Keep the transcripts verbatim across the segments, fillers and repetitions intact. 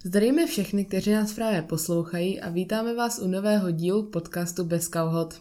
Zdravíme všechny, kteří nás právě poslouchají a vítáme vás u nového dílu podcastu Bez kalhot.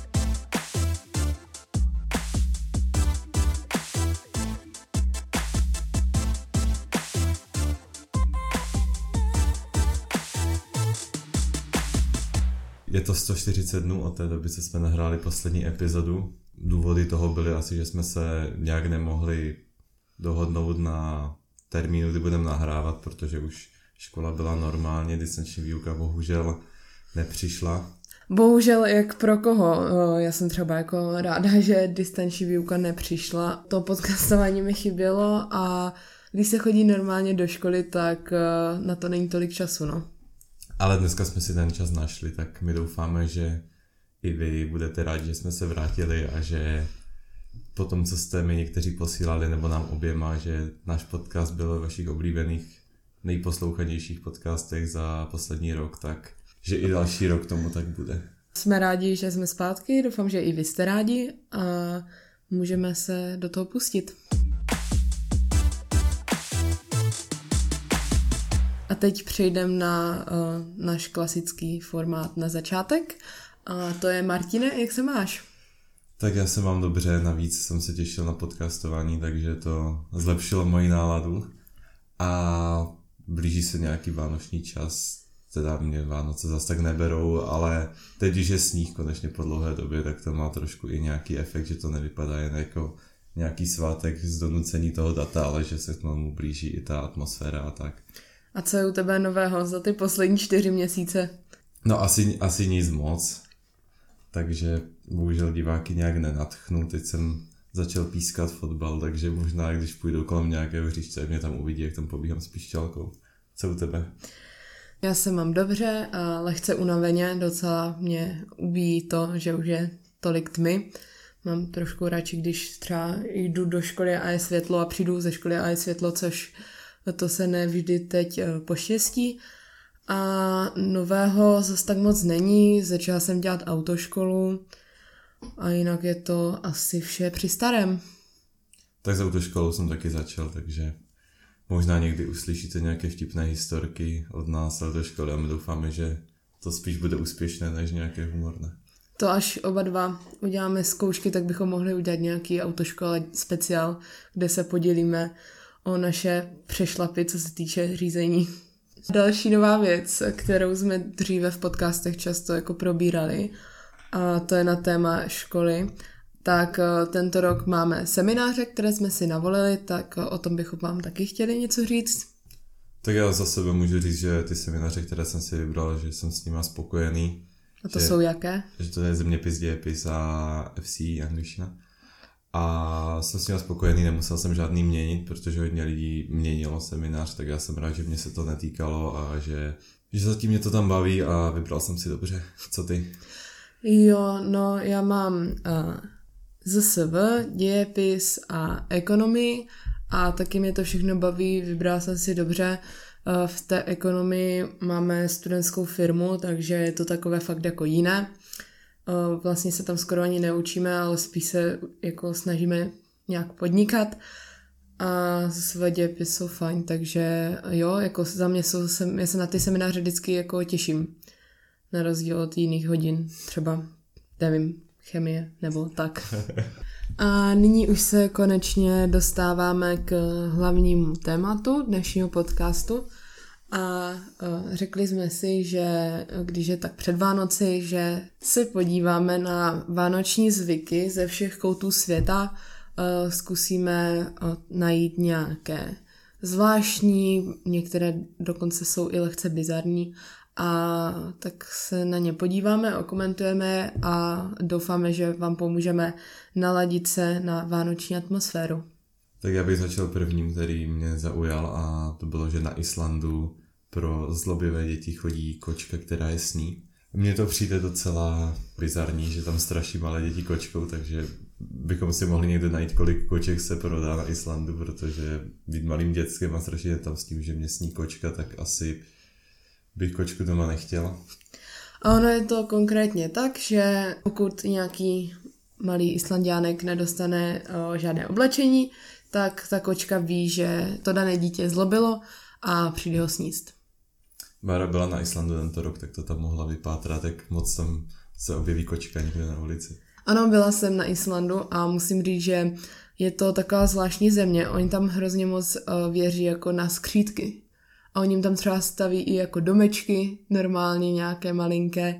Je to sto čtyřicet dnů od té doby, co jsme nahráli poslední epizodu. Důvody toho byly asi, že jsme se nějak nemohli dohodnout na termínu, kdy budeme nahrávat, protože už škola byla normálně, distanční výuka bohužel nepřišla. Bohužel, jak pro koho? Já jsem třeba jako ráda, že distanční výuka nepřišla. To podcastování mi chybělo a když se chodí normálně do školy, tak na to není tolik času, no. Ale dneska jsme si ten čas našli, tak my doufáme, že i vy budete rádi, že jsme se vrátili a že po tom, co jste mi někteří posílali, nebo nám oběma, že náš podcast byl ve vašich oblíbených nejposlouchanějších podcastech za poslední rok, tak že i další rok tomu tak bude. Jsme rádi, že jsme zpátky, doufám, že i vy jste rádi a můžeme se do toho pustit. A teď přejdeme na uh, náš klasický formát na začátek. A to je Martine, jak se máš? Tak já se mám dobře, navíc jsem se těšil na podcastování, takže to zlepšilo moji náladu. A blíží se nějaký vánoční čas, teda mě Vánoce zase tak neberou, ale teď, když je sníh konečně po dlouhé době, tak to má trošku i nějaký efekt, že to nevypadá jen jako nějaký svátek z donucení toho data, ale že se k tomu blíží i ta atmosféra a tak. A co je u tebe nového za ty poslední čtyři měsíce? No asi, asi nic moc, takže bohužel diváky nějak nenadchnu. Teď jsem začal pískat fotbal, takže možná když půjdu kolem nějakého hřiště, mě tam uvidí, jak tam pobíhám s pišťalkou. Co u tebe? Já se mám dobře a lehce unaveně, docela mě ubíjí to, že už je tolik tmy. Mám trošku radši, když třeba jdu do školy a je světlo a přijdu ze školy a je světlo, což to se nevždy teď poštěstí. A nového zase tak moc není, začala jsem dělat autoškolu a jinak je to asi vše při starém. Tak s autoškolou jsem taky začal, takže možná někdy uslyšíte nějaké vtipné historky od nás do školy a my doufáme, že to spíš bude úspěšné než nějaké humorné. To až oba dva uděláme zkoušky, tak bychom mohli udělat nějaký autoškola speciál, kde se podělíme o naše přešlapy, co se týče řízení. Další nová věc, kterou jsme dříve v podcastech často jako probírali, a to je na téma školy, tak tento rok máme semináře, které jsme si navolili, tak o tom bychom vám taky chtěli něco říct. Tak já za sebe můžu říct, že ty semináře, které jsem si vybral, že jsem s nimi spokojený. A to že, jsou jaké? Že to je zeměpis, dějepis a F C, angličtina. A jsem s nimi spokojený, nemusel jsem žádný měnit, protože hodně lidí měnilo seminář, tak já jsem rád, že mě se to netýkalo a že, že zatím mě to tam baví a vybral jsem si dobře. Co ty? Jo, no já mám uh, Z S V, dějepis a ekonomii a taky mě to všechno baví, vybral jsem si dobře. Uh, v té ekonomii máme studentskou firmu, takže je to takové fakt jako jiné. Uh, vlastně se tam skoro ani neučíme, ale spíš se jako snažíme nějak podnikat a své dějepis jsou fajn, takže jo, jako za mě jsou, já se na ty semináře vždycky jako těším, na rozdíl od jiných hodin, třeba, nevím, chemie nebo tak. A nyní už se konečně dostáváme k hlavnímu tématu dnešního podcastu a uh, řekli jsme si, že když je tak před Vánoci, že se podíváme na vánoční zvyky ze všech koutů světa, uh, zkusíme uh, najít nějaké zvláštní, některé dokonce jsou i lehce bizarní a tak se na ně podíváme, okomentujeme a doufáme, že vám pomůžeme naladit se na vánoční atmosféru. Tak já bych začal prvním, který mě zaujal a to bylo, že na Islandu pro zlobivé děti chodí kočka, která je sní. Mně to přijde docela bizarní, že tam straší malé děti kočkou, takže bychom si mohli někde najít, kolik koček se prodá na Islandu, protože být malým dětskem a strašit tam s tím, že mě sní kočka, tak asi bych kočku doma nechtěla. A ono je to konkrétně tak, že pokud nějaký malý Islanďánek nedostane o, žádné oblečení, tak ta kočka ví, že to dané dítě zlobilo a přijde ho sníst. Bára byla na Islandu tento rok, tak to tam mohla vypátrat, jak moc tam se objeví kočka někde na ulici. Ano, byla jsem na Islandu a musím říct, že je to taková zvláštní země. Oni tam hrozně moc uh, věří jako na skřítky. A oni tam třeba staví i jako domečky, normálně nějaké malinké.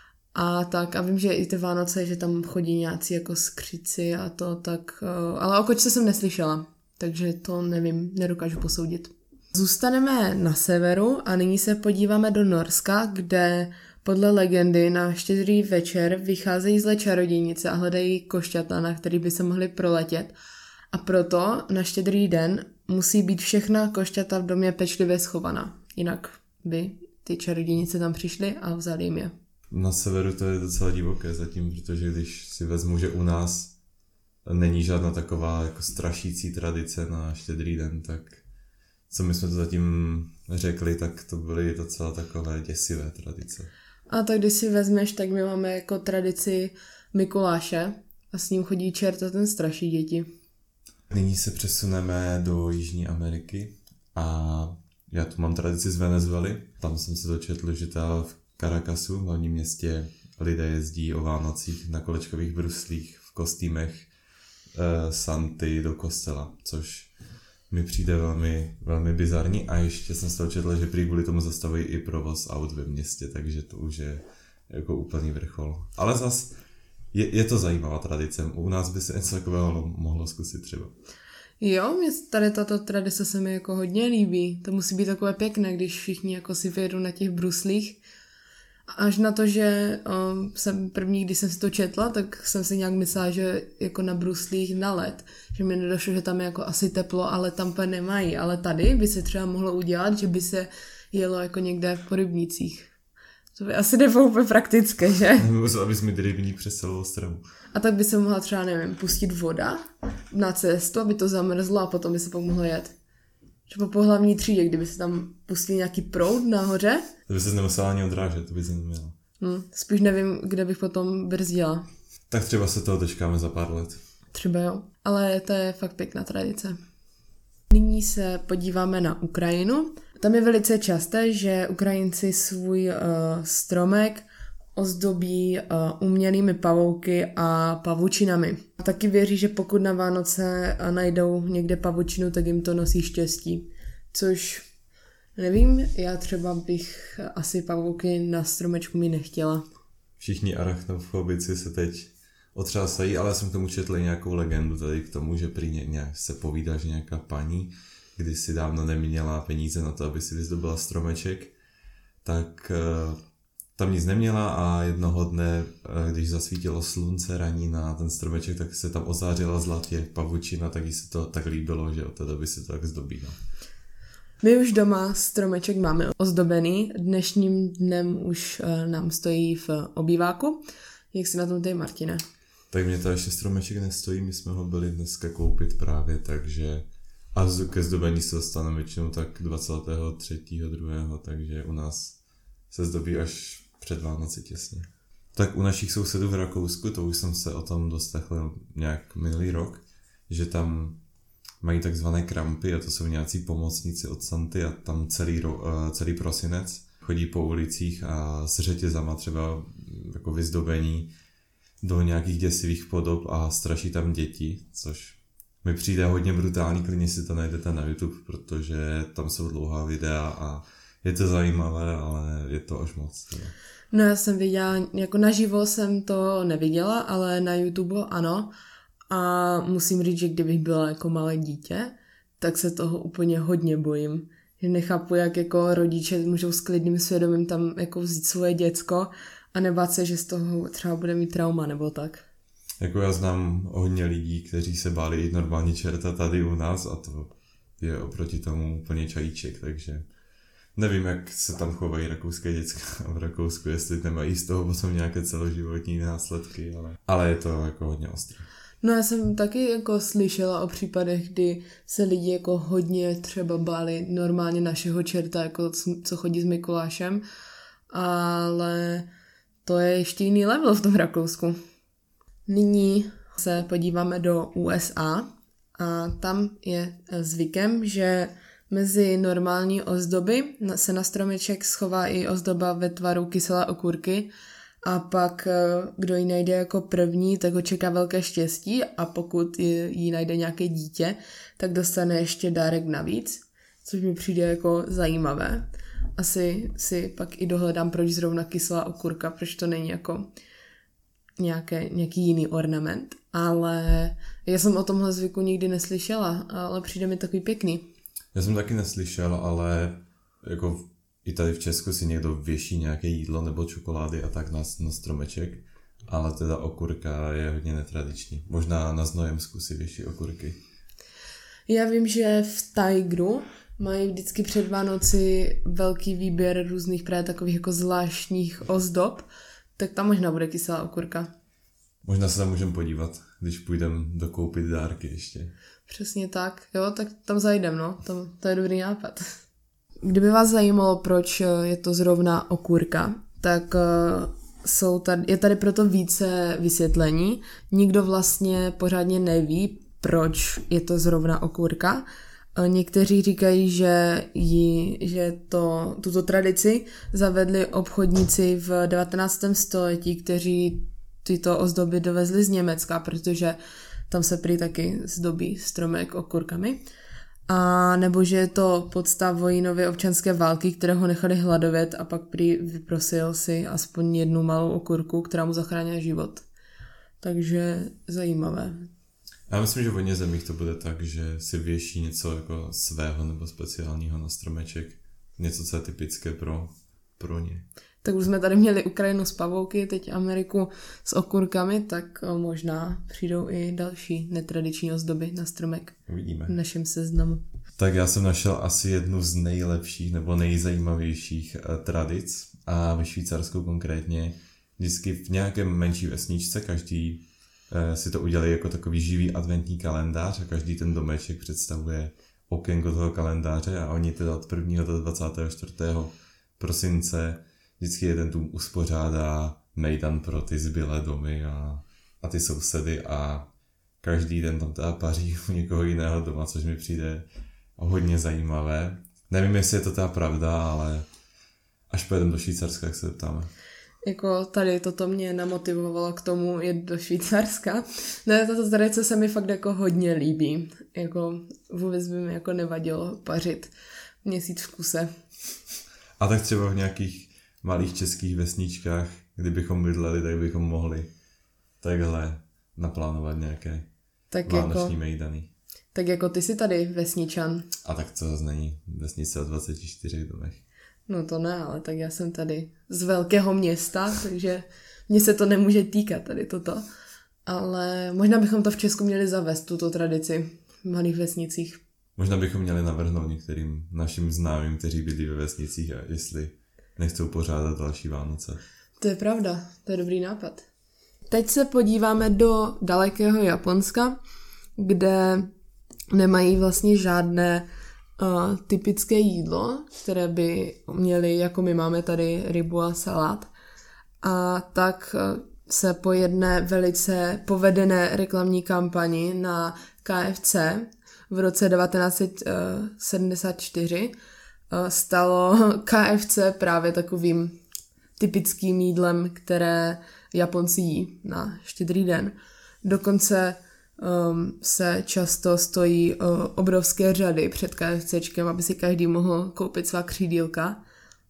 A tak, a vím, že i ty Vánoce, že tam chodí nějací jako skříci a to tak, uh, ale o kočce jsem neslyšela, takže to nevím, nedokážu posoudit. Zůstaneme na severu a nyní se podíváme do Norska, kde podle legendy na štědrý večer vycházejí zlé čarodějnice a hledají košťata, na který by se mohli proletět. A proto na štědrý den musí být všechna košťata v domě pečlivě schovaná. Jinak by ty čarodějnice tam přišly a vzali jim je. Na severu to je docela divoké zatím, protože když si vezmu, že u nás není žádná taková jako strašící tradice na štědrý den, tak co my jsme to zatím řekli, tak to byly docela takové děsivé tradice. A tak když si vezmeš, tak my máme jako tradici Mikuláše a s ním chodí čert a ten straší děti. Nyní se přesuneme do Jižní Ameriky a já tu mám tradici z Venezuely. Tam jsem se dočetl, že ta v Caracasu, v hlavním městě, lidé jezdí o Vánocích na kolečkových bruslích v kostýmech e, Santy do kostela, což mi přijde velmi, velmi bizarní a ještě jsem se dočetl, že prý kvůli tomu zastavují i provoz aut ve městě, takže to už je jako úplný vrchol. Ale zas je, je to zajímavá tradice, u nás by se něco takového mohlo zkusit třeba. Jo, mě tady tato tradice se mi jako hodně líbí. To musí být takové pěkné, když všichni jako si vyjedou na těch bruslích. Až na to, že um, jsem první, když jsem si to četla, tak jsem si nějak myslela, že jako na bruslích na led. Že mi nedošlo, že tam je jako asi teplo, ale tam úplně nemají. Ale tady by se třeba mohlo udělat, že by se jelo jako někde v rybnících. To by asi nebylo úplně praktické, že? Nebo abys mi rybník přes celou Ostravu. A tak by se mohla třeba, nevím, pustit voda na cestu, aby to zamrzlo a potom by se pak mohlo jet. Třeba po hlavní třídě, kdyby se tam pustil nějaký proud nahoře. To by se nemusela ani odrážet, to by se neměla. Hmm, spíš nevím, kde bych potom brzdila. Tak třeba se toho dočkáme za pár let. Třeba jo, ale to je fakt pěkná tradice. Nyní se podíváme na Ukrajinu. Tam je velice časté, že Ukrajinci svůj uh, stromek ozdobí uh, umělými pavouky a pavučinami. Taky věří, že pokud na Vánoce uh, najdou někde pavučinu, tak jim to nosí štěstí. Což nevím, já třeba bych asi pavouky na stromečku mi nechtěla. Všichni arachnofobici se teď otřásají, ale jsem k tomu četl nějakou legendu tady k tomu, že prý nějak se povídá, že nějaká paní kdysi dávno neměla peníze na to, aby si vyzdobila stromeček, tak uh, tam nic neměla a jednoho dne, uh, když zasvítilo slunce raní na ten stromeček, tak se tam ozářila zlatě pavučina, tak jí se to tak líbilo, že od té doby se to tak zdobí. No. My už doma stromeček máme ozdobený, dnešním dnem už uh, nám stojí v obýváku. Jak si na tom tady, Martine? Tak mě to ještě stromeček nestojí, my jsme ho byli dneska koupit právě, takže a ke zdobení se dostaneme většinou tak dvacátého třetího druhého takže u nás se zdobí až před Vánoci těsně. Tak u našich sousedů v Rakousku, to už jsem se o tom dostechl nějak minulý rok, že tam mají takzvané krampy a to jsou nějací pomocníci od Santy a tam celý, ro, celý prosinec chodí po ulicích a s řetězama třeba jako vyzdobení do nějakých děsivých podob a straší tam děti, což mi přijde hodně brutální, klidně si to najdete na YouTube, protože tam jsou dlouhá videa a je to zajímavé, ale je to až moc. Teda. No já jsem viděla, jako naživo jsem to neviděla, ale na YouTube ano a musím říct, že kdybych byla jako malé dítě, tak se toho úplně hodně bojím. Že nechápu, jak jako rodiče můžou s klidným svědomím tam jako vzít svoje děcko a nebát se, že z toho třeba bude mít trauma nebo tak. Jako já znám hodně lidí, kteří se báli i normálně čerta tady u nás a to je oproti tomu úplně čajíček, takže nevím, jak se tam chovají rakouské děcka v Rakousku, jestli nemají z toho potom nějaké celoživotní následky, ale, ale je to jako hodně ostré. No já jsem taky jako slyšela o případech, kdy se lidi jako hodně třeba báli normálně našeho čerta, jako co chodí s Mikulášem, ale to je ještě jiný level v tom Rakousku. Nyní se podíváme do U S A a tam je zvykem, že Mezi normální ozdoby se na stromeček schová i ozdoba ve tvaru kyselé okurky a pak kdo ji najde jako první, tak ho čeká velké štěstí a pokud ji najde nějaké dítě, tak dostane ještě dárek navíc, což mi přijde jako zajímavé. Asi si pak i dohledám, proč zrovna kyselá okurka, proč to není jako nějaké, nějaký jiný ornament, ale já jsem o tomhle zvyku nikdy neslyšela, ale přijde mi takový pěkný. Já jsem taky neslyšel, ale jako i tady v Česku si někdo věší nějaké jídlo nebo čokolády a tak na, na stromeček, ale teda okurka je hodně netradiční. Možná na Znojemsku si věší okurky. Já vím, že v Tigru mají vždycky před Vánoci velký výběr různých právě takových jako zvláštních ozdob, tak tam možná bude kyselá okurka. Možná se tam můžeme podívat, když půjdeme dokoupit dárky ještě. Přesně tak, jo, tak tam zajdem, no, tam, to je dobrý nápad. Kdyby vás zajímalo, proč je to zrovna okurka, tak jsou tady, je tady proto více vysvětlení. Nikdo vlastně pořádně neví, proč je to zrovna okurka. Někteří říkají, že, ji, že to, tuto tradici zavedli obchodníci v devatenáctém století, kteří tyto ozdoby dovezli z Německa, protože tam se prý taky zdobí stromek okurkami. A nebo že je to podstav vojinově občanské války, které ho nechali hladovět a pak prý vyprosil si aspoň jednu malou okurku, která mu zachránila život. Takže zajímavé. Já myslím, že v hodně zemích to bude tak, že si věší něco jako svého nebo speciálního na stromeček. Něco, co je typické pro, pro ně. Tak už jsme tady měli Ukrajinu s pavouky, teď Ameriku s okurkami, tak možná přijdou i další netradiční ozdoby na stromek. Uvidíme. V našem seznamu. Tak já jsem našel asi jednu z nejlepších nebo nejzajímavějších tradic a ve Švýcarsku konkrétně vždycky v nějaké menší vesničce každý si to udělají jako takový živý adventní kalendář a každý ten domeček představuje okénko toho kalendáře a oni teda od prvního do dvacátého čtvrtého prosince vždycky jeden dům uspořádá mejdan pro ty zbylé domy a, a ty sousedy a každý den tam teda paří u někoho jiného doma, což mi přijde hodně zajímavé. Nevím, jestli je to ta pravda, ale až pojedeme do Švýcarska, jak se ptáme. Jako tady toto mě namotivovalo k tomu jet do Švýcarska. Ne, tato tradice se mi fakt jako hodně líbí. Jako vůbec by mi jako nevadilo pařit měsíc v kuse. A tak třeba v nějakých malých českých vesničkách, kdybychom bydleli, tak bychom mohli takhle naplánovat nějaké tak vánoční jako, mejdany. Tak jako ty jsi tady vesničan. A tak to zase není vesnice o dvaceti čtyřech domech. No to ne, ale tak já jsem tady z velkého města, takže mně se to nemůže týkat tady toto. Ale možná bychom to v Česku měli zavést, tuto tradici v malých vesnicích. Možná bychom měli navrhnout některým našim známým, kteří bydlí ve vesnicích a jestli nechcou pořádat další Vánoce. To je pravda, to je dobrý nápad. Teď se podíváme do dalekého Japonska, kde nemají vlastně žádné uh, typické jídlo, které by měli, jako my máme tady rybu a salát. A tak uh, se po jedné velice povedené reklamní kampani na K F C v roce devatenáct set sedmdesát čtyři uh, stalo K F C právě takovým typickým jídlem, které Japonci jí na Štědrý den. Dokonce um, se často stojí uh, obrovské řady před KFCčkem, aby si každý mohl koupit svá křídílka.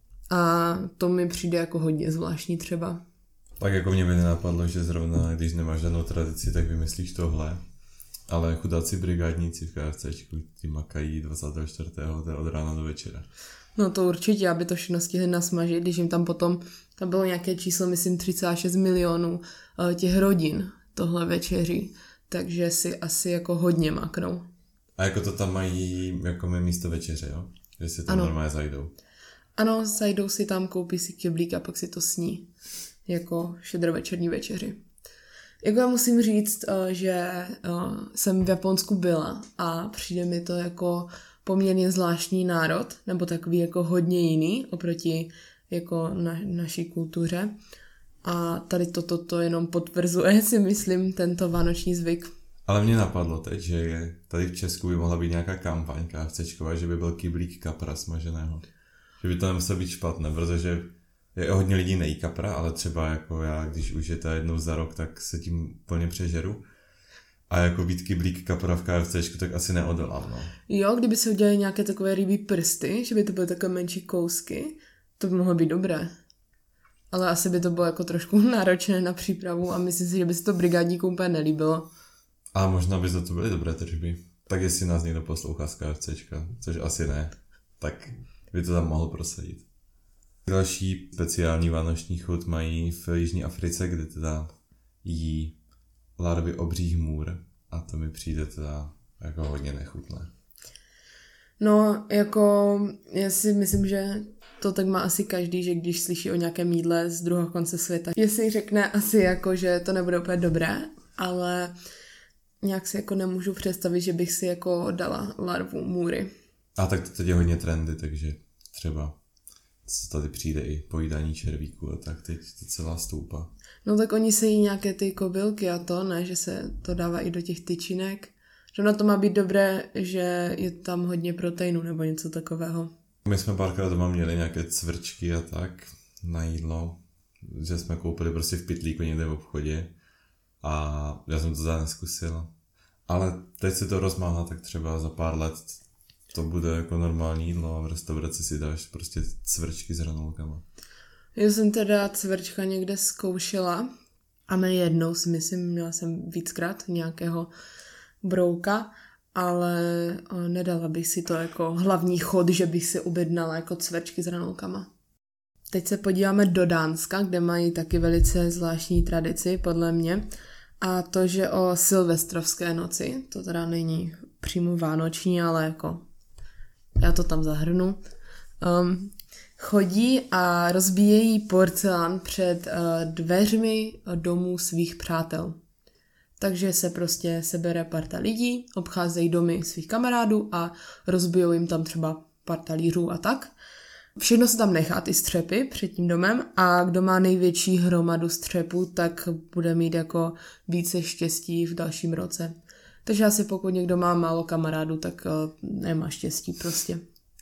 A to mi přijde jako hodně zvláštní třeba. Tak jako mě by nenapadlo, že zrovna, když nemáš žádnou tradici, tak vymyslíš tohle. Ale chudáci brigádníci v KFCčku, ti makají dvacátého čtvrtého od rána do večera. No to určitě, aby to všechno stihli nasmažit, když jim tam potom, tam bylo nějaké číslo, myslím třicet šest milionů těch rodin tohle večeří, takže si asi jako hodně maknou. A jako to tam mají jako my místo večeře, jo? Že si tam ano. Normálně zajdou. Ano, zajdou si tam, koupí si kyblík a pak si to sní jako štědrovečerní večeři. Jako já musím říct, že jsem v Japonsku byla a přijde mi to jako poměrně zvláštní národ, nebo takový jako hodně jiný oproti jako na, naší kultuře. A tady toto to, to jenom potvrzuje, si myslím, tento vánoční zvyk. Ale mě napadlo teď, že je, tady v Česku by mohla být nějaká kampaň KFCčková, že by byl kyblík kapra smaženého. Že by to nemuselo být špatné, protože je hodně lidí nejí kapra, ale třeba jako já, když už je to jednou za rok, tak se tím plně přežeru. A jako být kyblík kapra v KFCčku, tak asi neodolám, no. Jo, kdyby se udělali nějaké takové rybí prsty, že by to byly takové menší kousky, to by mohlo být dobré. Ale asi by to bylo jako trošku náročné na přípravu a myslím si, že by se to brigádníkům úplně nelíbilo. A možná by to byly dobré tržby. Tak jestli nás někdo poslouchá z KFCčka, což asi ne, tak by to tam mohl prosadit. Další speciální vánoční chut mají v Jižní Africe, kde teda jí larvy obřích můr a to mi přijde teda jako hodně nechutné. No, jako já si myslím, že to tak má asi každý, že když slyší o nějakém jídle z druhého konce světa, že si řekne asi jako, že to nebude úplně dobré, ale nějak si jako nemůžu představit, že bych si jako dala larvu můry. A tak to teď je hodně trendy, takže třeba co tady přijde i pojídání červíků a tak teď to celá stoupá. No tak oni se jí nějaké ty kobylky a to, ne, že se to dává i do těch tyčinek. Že na to má být dobré, že je tam hodně proteinu nebo něco takového. My jsme párkrát doma měli nějaké cvrčky a tak na jídlo, že jsme koupili prostě v pytlíku někde v obchodě a já jsem to teda neskusil. Ale teď se to rozmáhá, tak třeba za pár let to bude jako normální jídlo a v restauraci si dáš prostě cvrčky s hranolkama. Já jsem teda cvrčka někde zkoušela a nejednou si myslím, měla jsem víckrát nějakého brouka, ale nedala bych si to jako hlavní chod, že bych si objednala jako cvrčky s hranolkama. Teď se podíváme do Dánska, kde mají taky velice zvláštní tradici, podle mě. A to, že o silvestrovské noci, to teda není přímo vánoční, ale jako já to tam zahrnu, um, chodí a rozbíjejí porcelán před uh, dveřmi domů svých přátel. Takže se prostě sebere parta lidí, obcházejí domy svých kamarádů a rozbijou jim tam třeba pár talířů a tak. Všechno se tam nechá, ty střepy před tím domem a kdo má největší hromadu střepů, tak bude mít jako více štěstí v dalším roce. Takže asi pokud někdo má málo kamarádů, tak uh, nemá štěstí prostě.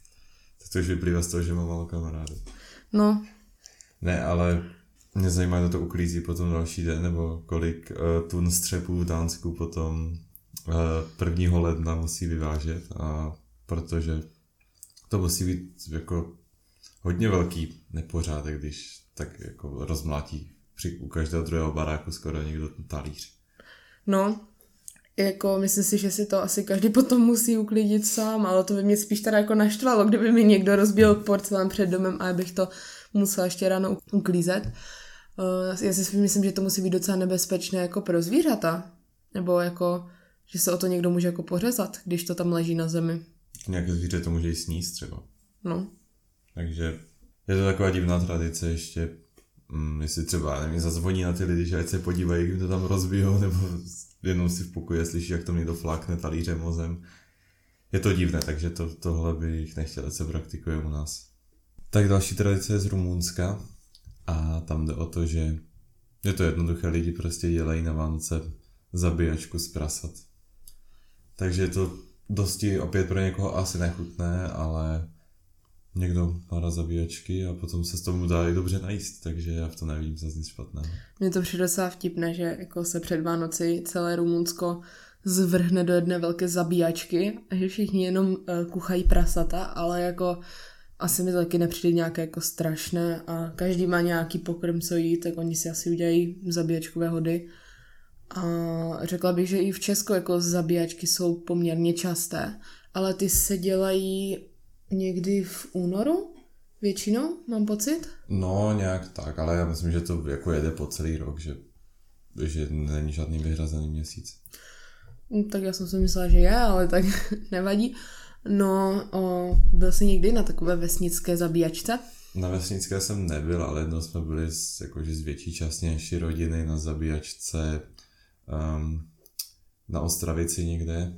To už vyplývá z toho, že má málo kamarádů. No. Ne, ale mě zajímá, kdo to uklízí potom další den, nebo kolik uh, tun střepů v Dánsku potom uh, prvního ledna musí vyvážet, a protože to musí být jako hodně velký nepořádek, když tak jako rozmlátí při, u každého druhého baráku skoro někdo ten talíř. No, jako myslím si, že si to asi každý potom musí uklidit sám, ale to by mě spíš teda jako naštvalo, kdyby mi někdo rozbil porcelán před domem a bych to musela ještě ráno uklízet. Uh, já si myslím, že to musí být docela nebezpečné jako pro zvířata, nebo jako, že se o to někdo může jako pořezat, když to tam leží na zemi. Nějaké zvíře to může i sníst třeba. No. Takže je to taková divná tradice ještě, hm, jestli třeba, nevím, zazvoní na ty lidi, že ať se podívají, kdy to tam rozbijou, nebo jenom si v pokoji slyší, jak tam někdo flákne talířem o zem. Je to divné, takže to, tohle bych nechtěl, ať se praktikuje u nás. Tak další tradice je z Rumunska a tam jde o to, že je to jednoduché, lidi prostě dělají na Vánoce zabíjačku z prasat. Takže je to dosti opět pro někoho asi nechutné, ale někdo má zabíjačky a potom se s tomu dá i dobře najíst, takže já v to nevidím zase nic špatného. Mně to přijde docela vtipné, že jako se před Vánoci celé Rumunsko zvrhne do jedné velké zabíjačky a že všichni jenom uh, kuchají prasata, ale jako asi mi to taky nepřijde nějaké jako strašné a každý má nějaký pokrm, co jí, tak oni si asi udělají zabíjačkové hody. A řekla bych, že i v Česku jako zabíjačky jsou poměrně časté, ale ty se dělají někdy v únoru většinou, mám pocit? No, nějak tak, ale já myslím, že to jako jede po celý rok, že, že není žádný vyhrazený měsíc. Tak já jsem si myslela, že je, ale tak nevadí. No, o, byl jsi někdy na takové vesnické zabíjačce? Na vesnické jsem nebyl, ale jednou jsme byli z, jakože z větší části naší rodiny na zabíjačce um, na Ostravici někde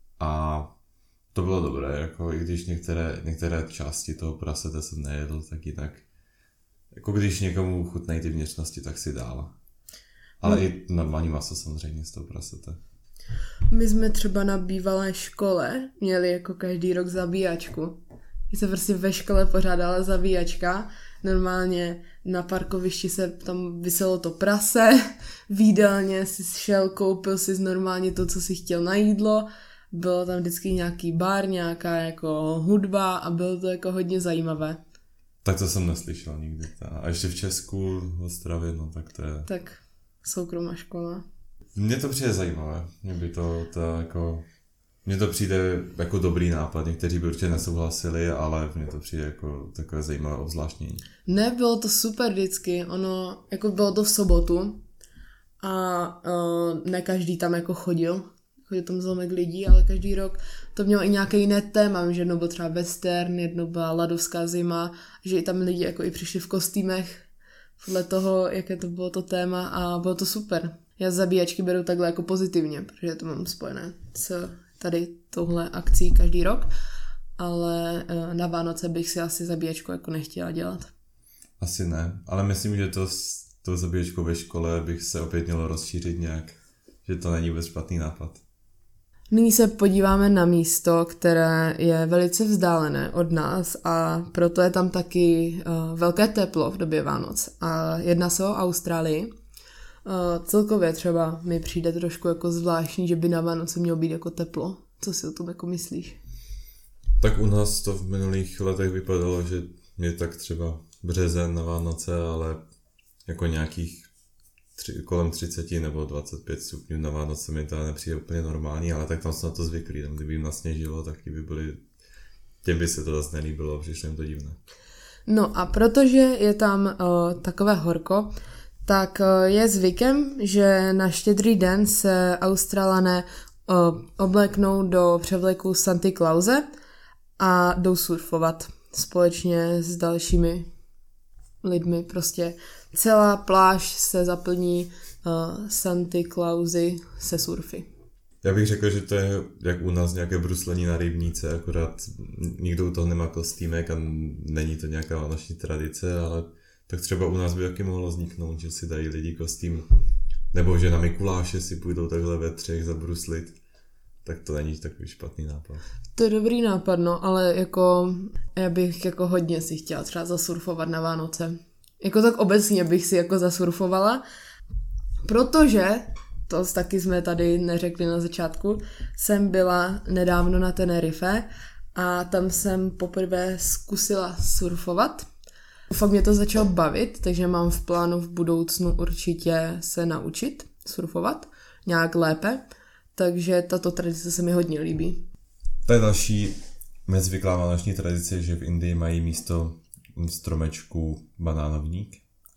a to bylo dobré, jako i když některé, některé části toho prasete jsem nejedl, tak jinak jako když někomu chutnají ty vnitřnosti, tak si dál. Ale no. I normální maso samozřejmě z toho prasete. My jsme třeba na bývalé škole měli jako každý rok zabíjačku. Že se prostě ve škole pořádala zabíjačka. Normálně na parkovišti se tam viselo to prase, v jídelně si šel, koupil si normálně to, co si chtěl na jídlo. Bylo tam vždycky nějaký bar, nějaká jako hudba a bylo to jako hodně zajímavé. Tak to jsem neslyšel nikdy. A ještě v Česku, v Ostravě, no tak to je... Tak soukromá škola. Mně to přijde zajímavé. Mně by to, to jako... Mně to přijde jako dobrý nápad. Někteří by určitě nesouhlasili, ale mně to přijde jako takové zajímavé obzvláštnění. Ne, bylo to super vždycky. Ono, jako bylo to v sobotu a uh, ne každý tam jako chodil. Chodil tam zlomek lidí, ale každý rok to mělo i nějaké jiné téma, že jednou byl třeba western, jednou byla ladovská zima, že i tam lidi jako i přišli v kostýmech podle toho, jaké to bylo to téma a bylo to super. Já zabíjačky beru takhle jako pozitivně, protože to mám spojené s tady touhle akcí každý rok, ale na Vánoce bych si asi zabíjačku jako nechtěla dělat. Asi ne, ale myslím, že to s tou zabíjačkou ve škole bych se opět mělo rozšířit nějak, že to není vůbec špatný nápad. Nyní se podíváme na místo, které je velice vzdálené od nás a proto je tam taky uh, velké teplo v době Vánoc. A jedná se o Austrálii. Uh, celkově třeba mi přijde trošku jako zvláštní, že by na Vánoce mělo být jako teplo. Co si o tom jako myslíš? Tak u nás to v minulých letech vypadalo, že je tak třeba březen na Vánoce, ale jako nějakých tři, kolem třicet nebo dvacet pět stupňů na Vánoce mi to nepřijde úplně normální, ale tak tam jsou na to zvyklí. Tam kdyby jim nasněžilo, tak by byli, těm by se to zase nelíbilo, přišlo jim to divné. No a protože je tam uh, takové horko, tak uh, je zvykem, že na Štědrý den se Australané uh, obléknou do převleku Santy Klause a jdou surfovat společně s dalšími lidmi. Prostě celá pláž se zaplní uh, Santy Klausy se surfy. Já bych řekl, že to je jak u nás nějaké bruslení na rybníce, akorát nikdo u toho nemá kostýmek a není to nějaká vánoční tradice, ale tak třeba u nás by taky mohlo vzniknout, že si dají lidi kostým, nebo že na Mikuláše si půjdou takhle ve třech zabruslit, tak to není takový špatný nápad. To je dobrý nápad, no, ale jako já bych jako hodně si chtěla třeba zasurfovat na Vánoce. Jako tak obecně bych si jako zasurfovala, protože, to taky jsme tady neřekli na začátku, jsem byla nedávno na Tenerife a tam jsem poprvé zkusila surfovat. Fakt mě to začalo bavit, takže mám v plánu v budoucnu určitě se naučit surfovat nějak lépe, takže tato tradice se mi hodně líbí. To je další nezvyklá vánoční tradice, že v Indii mají místo stromečku banánovník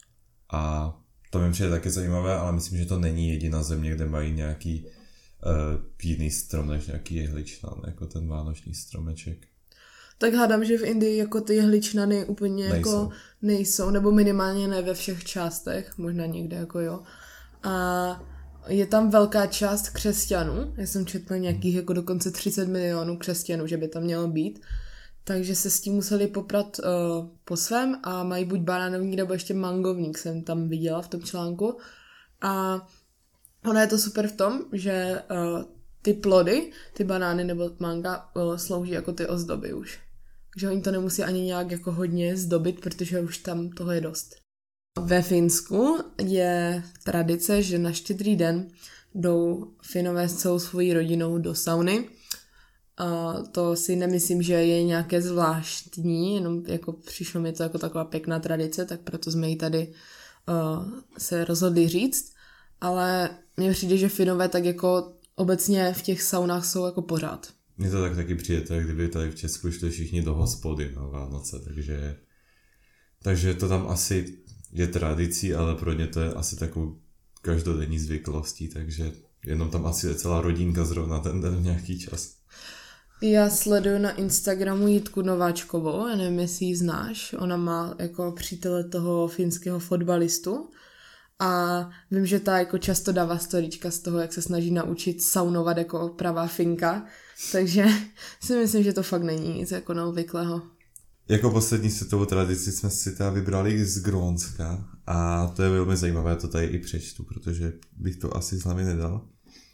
a to mi přijde taky zajímavé, ale myslím, že to není jediná země, kde mají nějaký uh, jiný strom než nějaký jehličnan, jako ten vánoční stromeček. Tak hádám, že v Indii jako ty jehličnany úplně nejsou. jako nejsou, nebo minimálně ne ve všech částech, možná někde jako jo. A je tam velká část křesťanů, já jsem četla nějakých jako dokonce třicet milionů křesťanů, že by tam mělo být, takže se s tím museli poprat uh, po svém a mají buď banánovník nebo ještě mangovník, jsem tam viděla v tom článku. A ono je to super v tom, že uh, ty plody, ty banány nebo manga uh, slouží jako ty ozdoby už. Takže oni to nemusí ani nějak jako hodně zdobit, protože už tam toho je dost. Ve Finsku je tradice, že na Štědrý den jdou Finové s celou svojí rodinou do sauny. A to si nemyslím, že je nějaké zvláštní, jenom jako přišlo mi to jako taková pěkná tradice, tak proto jsme ji tady uh, se rozhodli říct. Ale mně přijde, že Finové tak jako obecně v těch saunách jsou jako pořád. Mně to tak taky přijde, tak kdyby tady v Česku šli všichni do hospody na Vánoce, takže, takže to tam asi je tradicí, ale pro ně to je asi takovou každodenní zvyklostí, takže jenom tam asi je celá rodinka zrovna ten den nějaký čas. Já sleduju na Instagramu Jitku Nováčkovou, já nevím, jestli ji znáš, ona má jako přítele toho finského fotbalistu a vím, že ta jako často dává storíčka z toho, jak se snaží naučit saunovat jako pravá Finka, takže si myslím, že to fakt není nic jako neobvyklého. Jako poslední světovou tradici jsme si teda vybrali z Grónska a to je velmi zajímavé, to tady i přečtu, protože bych to asi z hlavy nedal.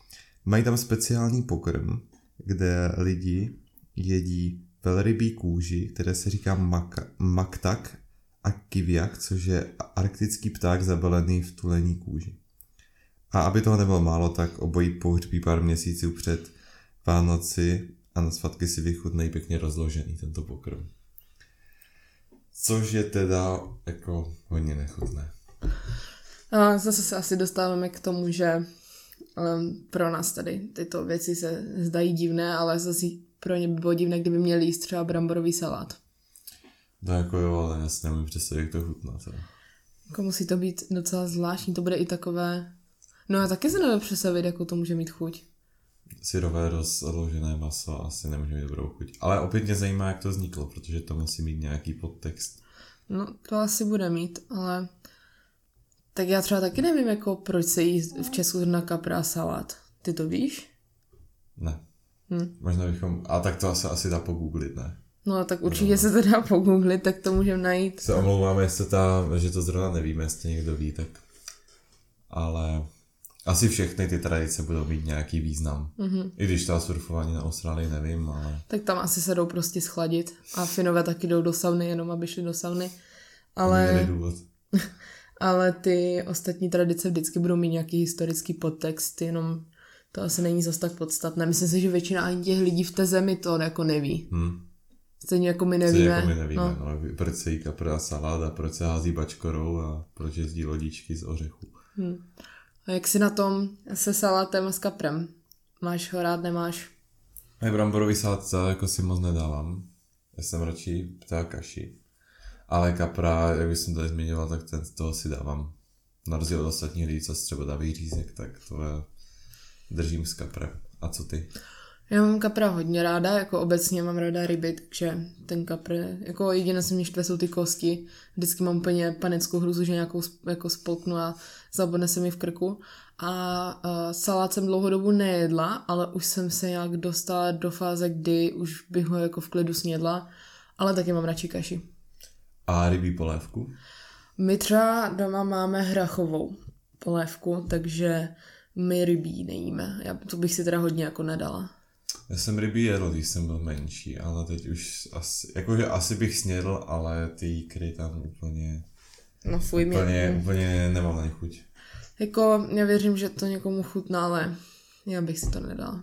Mají tam speciální pokrm, kde lidi jedí velrybí kůži, které se říká mak- maktak a kiviak, což je arktický pták zabalený v tulení kůži. A aby toho nebylo málo, tak obojí pohřbí pár měsíců před Vánoci a na svatky si vychutnají pěkně rozložený tento pokrm. Což je teda jako hodně nechutné. A zase se asi dostáváme k tomu, že um, pro nás tady tyto věci se zdají divné, ale zase pro ně by bylo divné, kdyby měli jíst třeba bramborový salát. No jako jo, ale já si nemůžu představit, jak to chutná. Teda. Jako musí to být docela zvláštní, to bude i takové... No a taky se nevím představit, jako to může mít chuť. Syrové rozložené maso asi nemůže mít dobrou chuť. Ale opět mě zajímá, jak to vzniklo, protože to musí mít nějaký podtext. No to asi bude mít, ale... Tak já třeba taky nevím, jako proč se jí v Česku na kapra salát. Ty to víš? Ne. Hm. Možná bychom... A tak to asi, asi dá pogooglit, ne? No tak určitě no. se to dá pogooglit, tak to můžeme najít. Se omlouváme, jestli ta, že to zrovna nevíme, jestli někdo ví, tak... Ale... Asi všechny ty tradice budou mít nějaký význam. Mm-hmm. I když ta surfování na Austrálii nevím, ale... Tak tam asi se jdou prostě schladit. A Finové taky jdou do sauny, jenom aby šli do sauny. Ale... ale ty ostatní tradice vždycky budou mít nějaký historický podtext, jenom to asi není zas tak podstatné. Myslím si, že většina ani těch lidí v té zemi to jako neví. Hmm. Stejně jako my nevíme. Stejně jako my nevíme, no. No, proč se jí kapra salát a proč se hází bačkorou a proč jezdí lodičky z ořechů. Hmm. A jak jsi na tom se salátem a s kaprem? Máš ho rád, nemáš? A bramborový salát jako si moc nedávám. Já jsem radši pták kaši. Ale kapra, jak jsem tady zmiňoval, tak ten, toho si dávám. Na rozdíl od ostatních lidí, co se třeba dávají řízek, tak to je, držím s kaprem. A co ty? Já mám kapra hodně ráda, jako obecně mám ráda ryby, takže ten kapr, jako jediné se mě štve jsou ty kosti. Vždycky mám úplně panickou hruzu, že nějakou jako spolknu a zabodne se mi v krku. A, a salát jsem dlouhou dobu nejedla, ale už jsem se nějak dostala do fáze, kdy už bych ho jako v klidu snědla, ale taky mám radši kaši. A rybí polévku? My třeba doma máme hrachovou polévku, takže my rybí nejíme. Já to bych si teda hodně jako nedala. Já jsem rybí jedl, když jsem byl menší, ale teď už asi, jakože asi bych snědl, ale ty jíkry tam úplně, no fuj, úplně, mě, úplně nemám na ně chuť. Jako já věřím, že to někomu chutná, ale já bych si to nedala.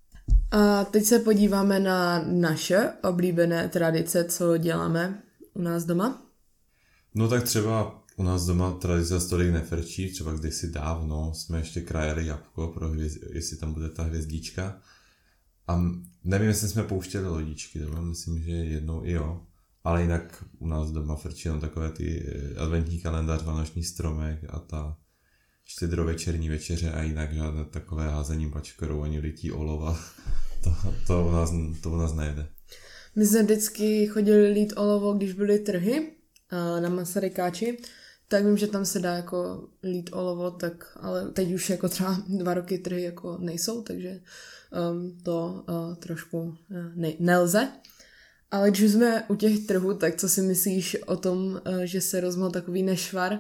A teď se podíváme na naše oblíbené tradice, co děláme u nás doma. No tak třeba u nás doma tradice stolik nefrčí, třeba kdysi dávno jsme ještě krajali jabko, pro hvězd, jestli tam bude ta hvězdička. A nevím, jestli jsme pouštěli lodičky, doma, myslím, že jednou i jo. Ale jinak u nás doma frčí jenom takové ty adventní kalendář, vánoční stromek a ta štědrovečerní večeře a jinak žádné takové házení bačkorou ani lití olova. To, to, u nás, to u nás nejde. My jsme vždycky chodili lít olovo, když byly trhy na Masarykáči, tak vím, že tam se dá jako lít olovo, tak, ale teď už jako třeba dva roky trhy jako nejsou, takže um, to uh, trošku uh, ne, nelze. Ale když jsme u těch trhů, tak co si myslíš o tom, uh, že se rozmohl takový nešvar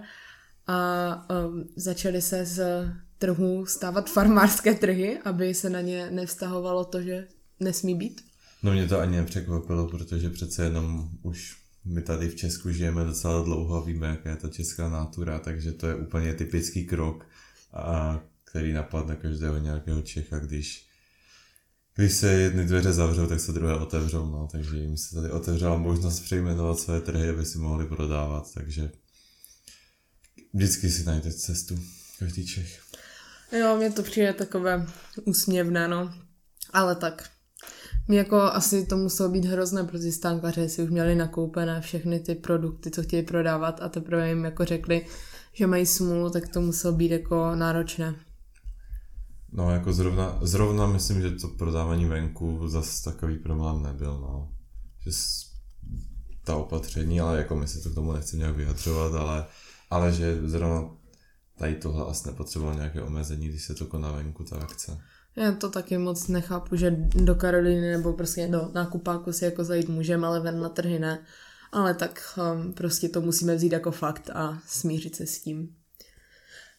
a um, začaly se z trhů stávat farmářské trhy, aby se na ně nevztahovalo to, že nesmí být? No mě to ani nepřekvapilo, protože přece jenom už my tady v Česku žijeme docela dlouho a víme, jaká je ta česká natura, takže to je úplně typický krok, a který napadne každého nějakého Čecha, když, když se jedny dveře zavřou, tak se druhé otevřou, no, takže jim se tady otevřela možnost přejmenovat své trhy, aby si mohli prodávat, takže vždycky si najde cestu, každý Čech. Jo, mně to přijde takové úsměvné, no, ale tak. Mě jako asi to muselo být hrozné, protože stánkaře si už měli nakoupené všechny ty produkty, co chtěli prodávat a teprve jim jako řekli, že mají smůlu, tak to muselo být jako náročné. No jako zrovna, zrovna myslím, že to prodávání venku zase takový problém nebyl, no. Že ta opatření, ale jako my si to k tomu nechci nějak vyjadřovat, ale, ale že zrovna tady tohle asi nepotřebovalo nějaké omezení, když se to koná venku, ta akce. Já to taky moc nechápu, že do Karolíny nebo prostě do nákupáku si jako zajít můžeme, ale ven na trhy ne. Ale tak um, prostě to musíme vzít jako fakt a smířit se s tím.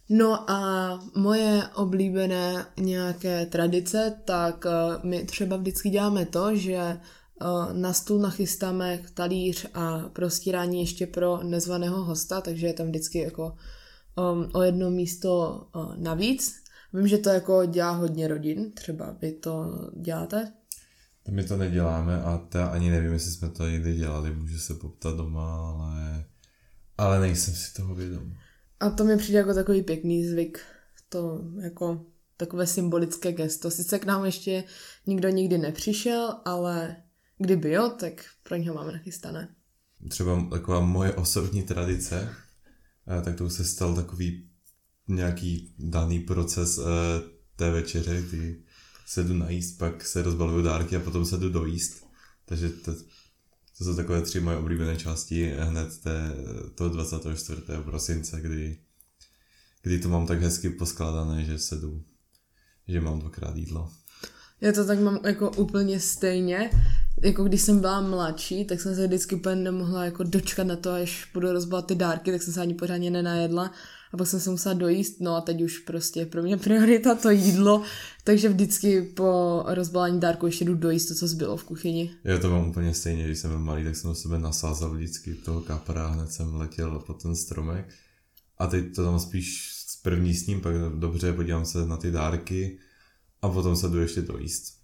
No a moje oblíbené nějaké tradice, tak uh, my třeba vždycky děláme to, že uh, na stůl nachystáme talíř a prostírání ještě pro nezvaného hosta, takže je tam vždycky jako um, o jedno místo uh, navíc. Vím, že to jako dělá hodně rodin, třeba vy to děláte? My to neděláme a já ani nevím, jestli jsme to někdy dělali, můžu se poptat doma, ale, ale nejsem si toho vědom. A to mi přijde jako takový pěkný zvyk, to jako takové symbolické gesto. Sice k nám ještě nikdo nikdy nepřišel, ale kdyby jo, tak pro něho máme nachystané. Třeba taková moje osobní tradice, tak to už se stal takový nějaký daný proces té večeře, kdy se jdu najíst, pak se rozbalují dárky a potom se jdu dojíst. Takže to, to jsou takové tři moje oblíbené části hned té, toho dvacátého čtvrtého prosince, kdy, kdy to mám tak hezky poskládané, že se jdu, že mám dvakrát jídlo. Já to tak mám jako úplně stejně. Jako když jsem byla mladší, tak jsem se vždycky úplně nemohla jako dočkat na to, až budu rozbalat ty dárky, tak jsem se ani pořádně nenajedla. A pak jsem se musela dojíst, no a teď už prostě pro mě priorita to jídlo, takže vždycky po rozbalání dárku ještě jdu dojíst to, co zbylo v kuchyni. Já to mám úplně stejně, když jsem byl malý, tak jsem do sebe nasázal vždycky toho kapra, hned jsem letěl po ten stromek. A teď to tam spíš první s ním, pak dobře, podívám se na ty dárky a potom se jdu ještě dojíst.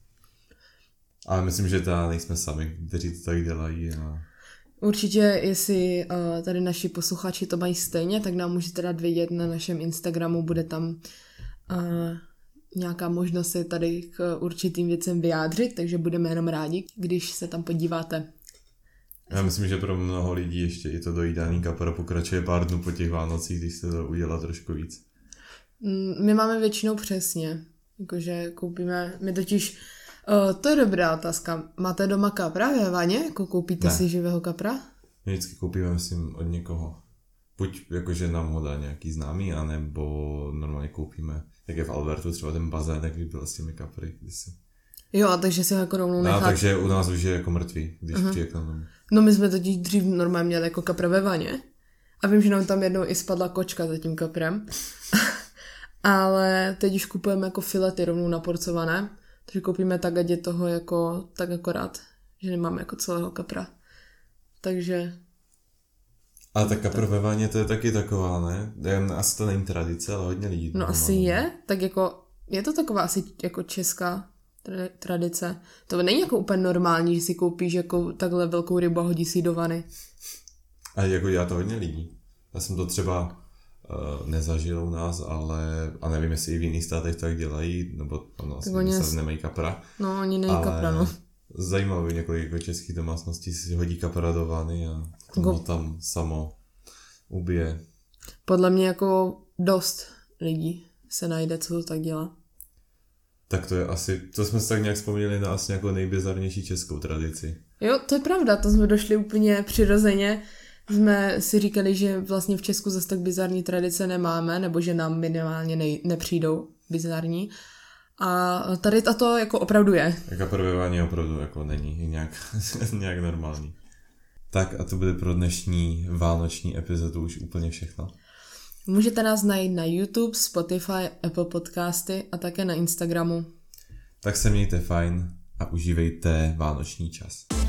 Ale myslím, že tady nejsme sami, kteří to tak dělají. A... Určitě, jestli uh, tady naši posluchači to mají stejně, tak nám můžete dát vědět na našem Instagramu, bude tam uh, nějaká možnost se tady k určitým věcem vyjádřit, takže budeme jenom rádi, když se tam podíváte. Já myslím, že pro mnoho lidí ještě i to dojídání kapra pokračuje pár dnů po těch Vánocích, když se to udělá trošku víc. My máme většinou přesně, jakože koupíme, my totiž, uh, to je dobrá otázka, máte doma kapra ve vaně, jako koupíte ne. si živého kapra? My vždycky koupíme, myslím, od někoho. Buď jakože nám ho dá nějaký známý, anebo normálně koupíme, jak je v Albertu třeba ten bazén, jak byl s těmi kapry kdysi. Jo, a takže si ho jako rovnou nechat. No, takže u nás už je jako mrtvý, když uh-huh. přijde k nám domů. No my jsme totiž dřív normálně měli jako kapra ve vaně a vím, že nám tam jednou i spadla kočka za tím kaprem. Ale teď už kupujeme jako filety rovnou naporcované, takže koupíme tak, ať je toho jako tak akorát, že nemáme jako celého kapra. Takže... Ale tak kapr ve vaně to je taky taková, ne? Asi to není tradice, ale hodně lidí. No asi je, tak jako je to taková asi jako česká tradice. To není jako úplně normální, že si koupíš jako takhle velkou rybu a hodí si do vany. A jako dělá to hodně lidí. Já jsem to třeba uh, nezažil u nás, ale a nevím, jestli i v jiných státech tak dělají, nebo ono asi oni... nemají kapra. No, oni nemají kapra, no. Zajímavé, několik jako českých domácností si hodí kapra do vany a to Go... tam samo ubije. Podle mě jako dost lidí se najde, co to tak dělá. Tak to je asi, to jsme se tak nějak vzpomněli na asi nějakou nejbizarnější českou tradici. Jo, to je pravda, to jsme došli úplně přirozeně. Jsme si říkali, že vlastně v Česku zase tak bizarní tradice nemáme, nebo že nám minimálně nej, nepřijdou bizarní. A tady to jako opravdu je. Jako prvování opravdu jako není nějak, nějak normální. Tak a to bude pro dnešní vánoční epizodu už úplně všechno. Můžete nás najít na YouTube, Spotify, Apple Podcasty a také na Instagramu. Tak se mějte fajn a užívejte vánoční čas.